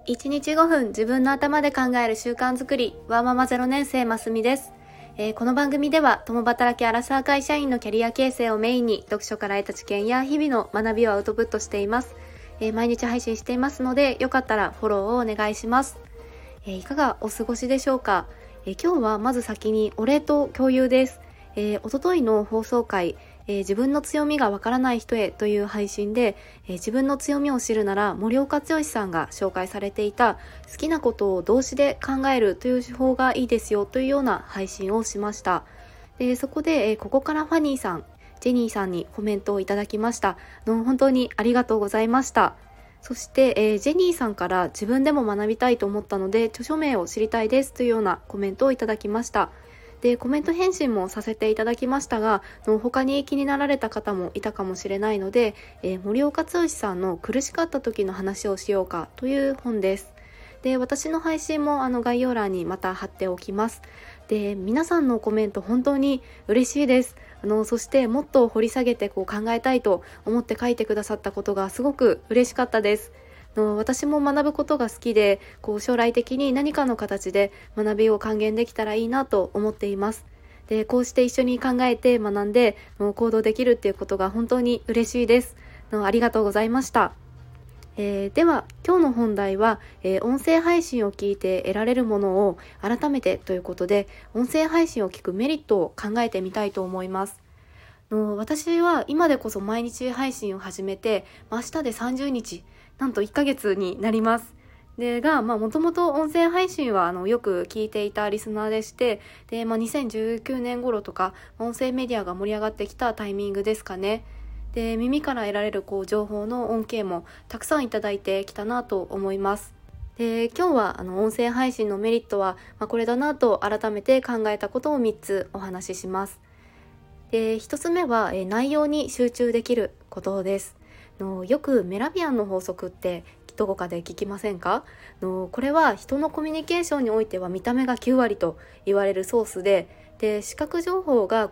1日5分自分の頭で考える習慣づくり、ワーママ0年生ますみです。この番組では共働きアラサー会社員のキャリア形成をメインに読書から得た知見や日々の学びをアウトプットしています。毎日配信していますので、よかったらフォローをお願いします。いかがお過ごしでしょうか。今日はまず先にお礼と共有です。おとといの放送回、自分の強みがわからない人へという配信で、自分の強みを知るなら森岡剛さんが紹介されていた好きなことを動詞で考えるという手法がいいですよというような配信をしました。でそこで、ここからファニーさん、ジェニーさんにコメントをいただきました。本当にありがとうございました。そして、ジェニーさんから自分でも学びたいと思ったので著書名を知りたいですというようなコメントをいただきました。でコメント返信もさせていただきましたが、他に気になられた方もいたかもしれないので、森岡剛さんの苦しかった時の話をしようかという本です。で私の配信も概要欄にまた貼っておきます。で皆さんのコメント本当に嬉しいです。そしてもっと掘り下げて考えたいと思って書いてくださったことがすごく嬉しかったです。私も学ぶことが好きで、将来的に何かの形で学びを還元できたらいいなと思っています。でこうして一緒に考えて学んで行動できるっていうことが本当に嬉しいです。ありがとうございました。では今日の本題は、音声配信を聞いて得られるものを改めてということで、音声配信を聞くメリットを考えてみたいと思います。私は今でこそ毎日配信を始めて、明日で30日、なんと1ヶ月になります。でが、もともと音声配信はよく聞いていたリスナーでして、で、2019年頃とか音声メディアが盛り上がってきたタイミングですかね。で耳から得られる情報の恩恵もたくさんいただいてきたなと思います。で今日は音声配信のメリットは、これだなと改めて考えたことを3つお話しします。で1つ目は、内容に集中できることです。よくメラビアンの法則ってどこかで聞きませんか？これは人のコミュニケーションにおいては見た目が9割と言われるソースで、視覚情報が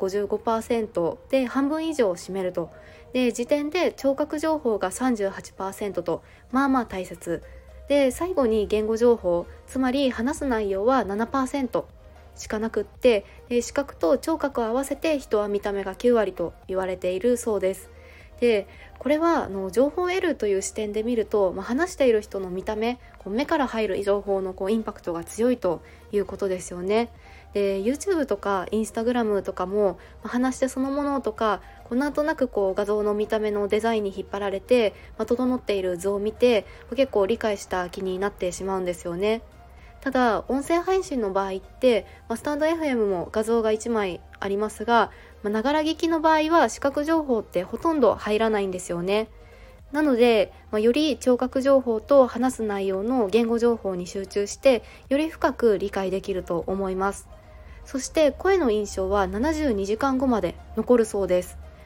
55% で半分以上を占めると。で時点で聴覚情報が 38% とまあまあ大切で、最後に言語情報、つまり話す内容は 7% しかなくって、視覚と聴覚を合わせて人は見た目が9割と言われているそうです。でこれは情報を得るという視点で見ると、話している人の見た目、目から入る情報のインパクトが強いということですよね。で YouTube とか Instagram とかも話し手そのものとかなんとなく画像の見た目のデザインに引っ張られて、整っている図を見て結構理解した気になってしまうんですよね。ただ音声配信の場合って、スタンド FM も画像が1枚ありますが、ながら聞きの場合は視覚情報ってほとんど入らないんですよね。なので、より聴覚情報と話す内容の言語情報に集中してより深く理解できると思います。そして声の印象は72時間後まで残るそうです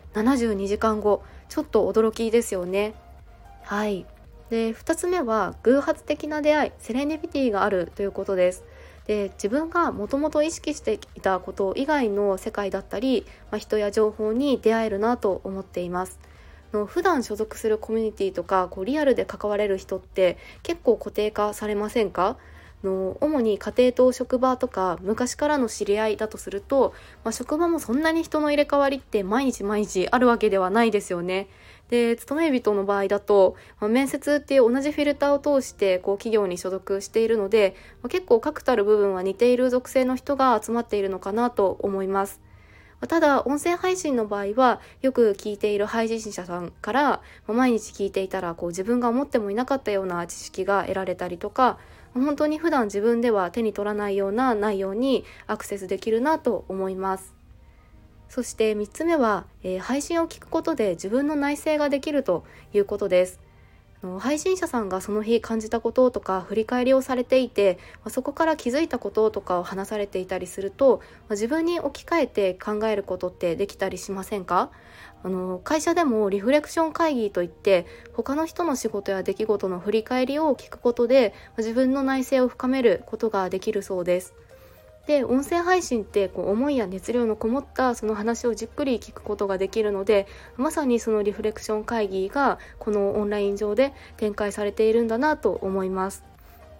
。72時間後、ちょっと驚きですよね。はい。で2つ目は偶発的な出会い、セレンディピティがあるということです。で自分がもともと意識していたこと以外の世界だったり、人や情報に出会えるなと思っています。普段所属するコミュニティとかリアルで関われる人って結構固定化されませんか？主に家庭と職場とか昔からの知り合いだとすると、職場もそんなに人の入れ替わりって毎日毎日あるわけではないですよね。で勤め人の場合だと、面接っていう同じフィルターを通して企業に所属しているので、結構確たる部分は似ている属性の人が集まっているのかなと思います。ただ音声配信の場合はよく聞いている配信者さんから毎日聞いていたら自分が思ってもいなかったような知識が得られたりとか、本当に普段自分では手に取らないような内容にアクセスできるなと思います。そして3つ目は、配信を聞くことで自分の内省ができるということです。配信者さんがその日感じたこととか振り返りをされていて、そこから気づいたこととかを話されていたりすると、自分に置き換えて考えることってできたりしませんか？会社でもリフレクション会議といって、他の人の仕事や出来事の振り返りを聞くことで自分の内省を深めることができるそうです。で音声配信って思いや熱量のこもったその話をじっくり聞くことができるので、まさにそのリフレクション会議がこのオンライン上で展開されているんだなと思います。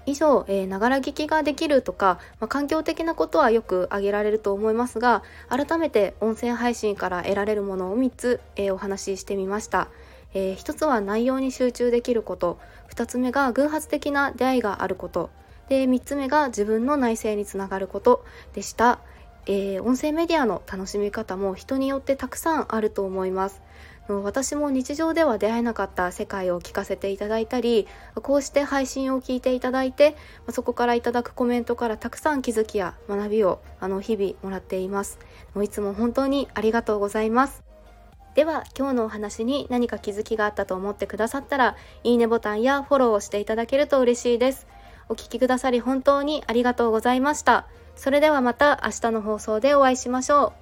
以上、ながら聞きができるとか、環境的なことはよく挙げられると思いますが、改めて音声配信から得られるものを3つ、お話ししてみました。1つは内容に集中できること、2つ目が偶発的な出会いがあること、で3つ目が自分の内省につながることでした。音声メディアの楽しみ方も人によってたくさんあると思います。私も日常では出会えなかった世界を聞かせていただいたり、こうして配信を聞いていただいて、そこからいただくコメントからたくさん気づきや学びを日々もらっています。いつも本当にありがとうございます。では今日のお話に何か気づきがあったと思ってくださったら、いいねボタンやフォローをしていただけると嬉しいです。お聞きくださり本当にありがとうございました。それではまた明日の放送でお会いしましょう。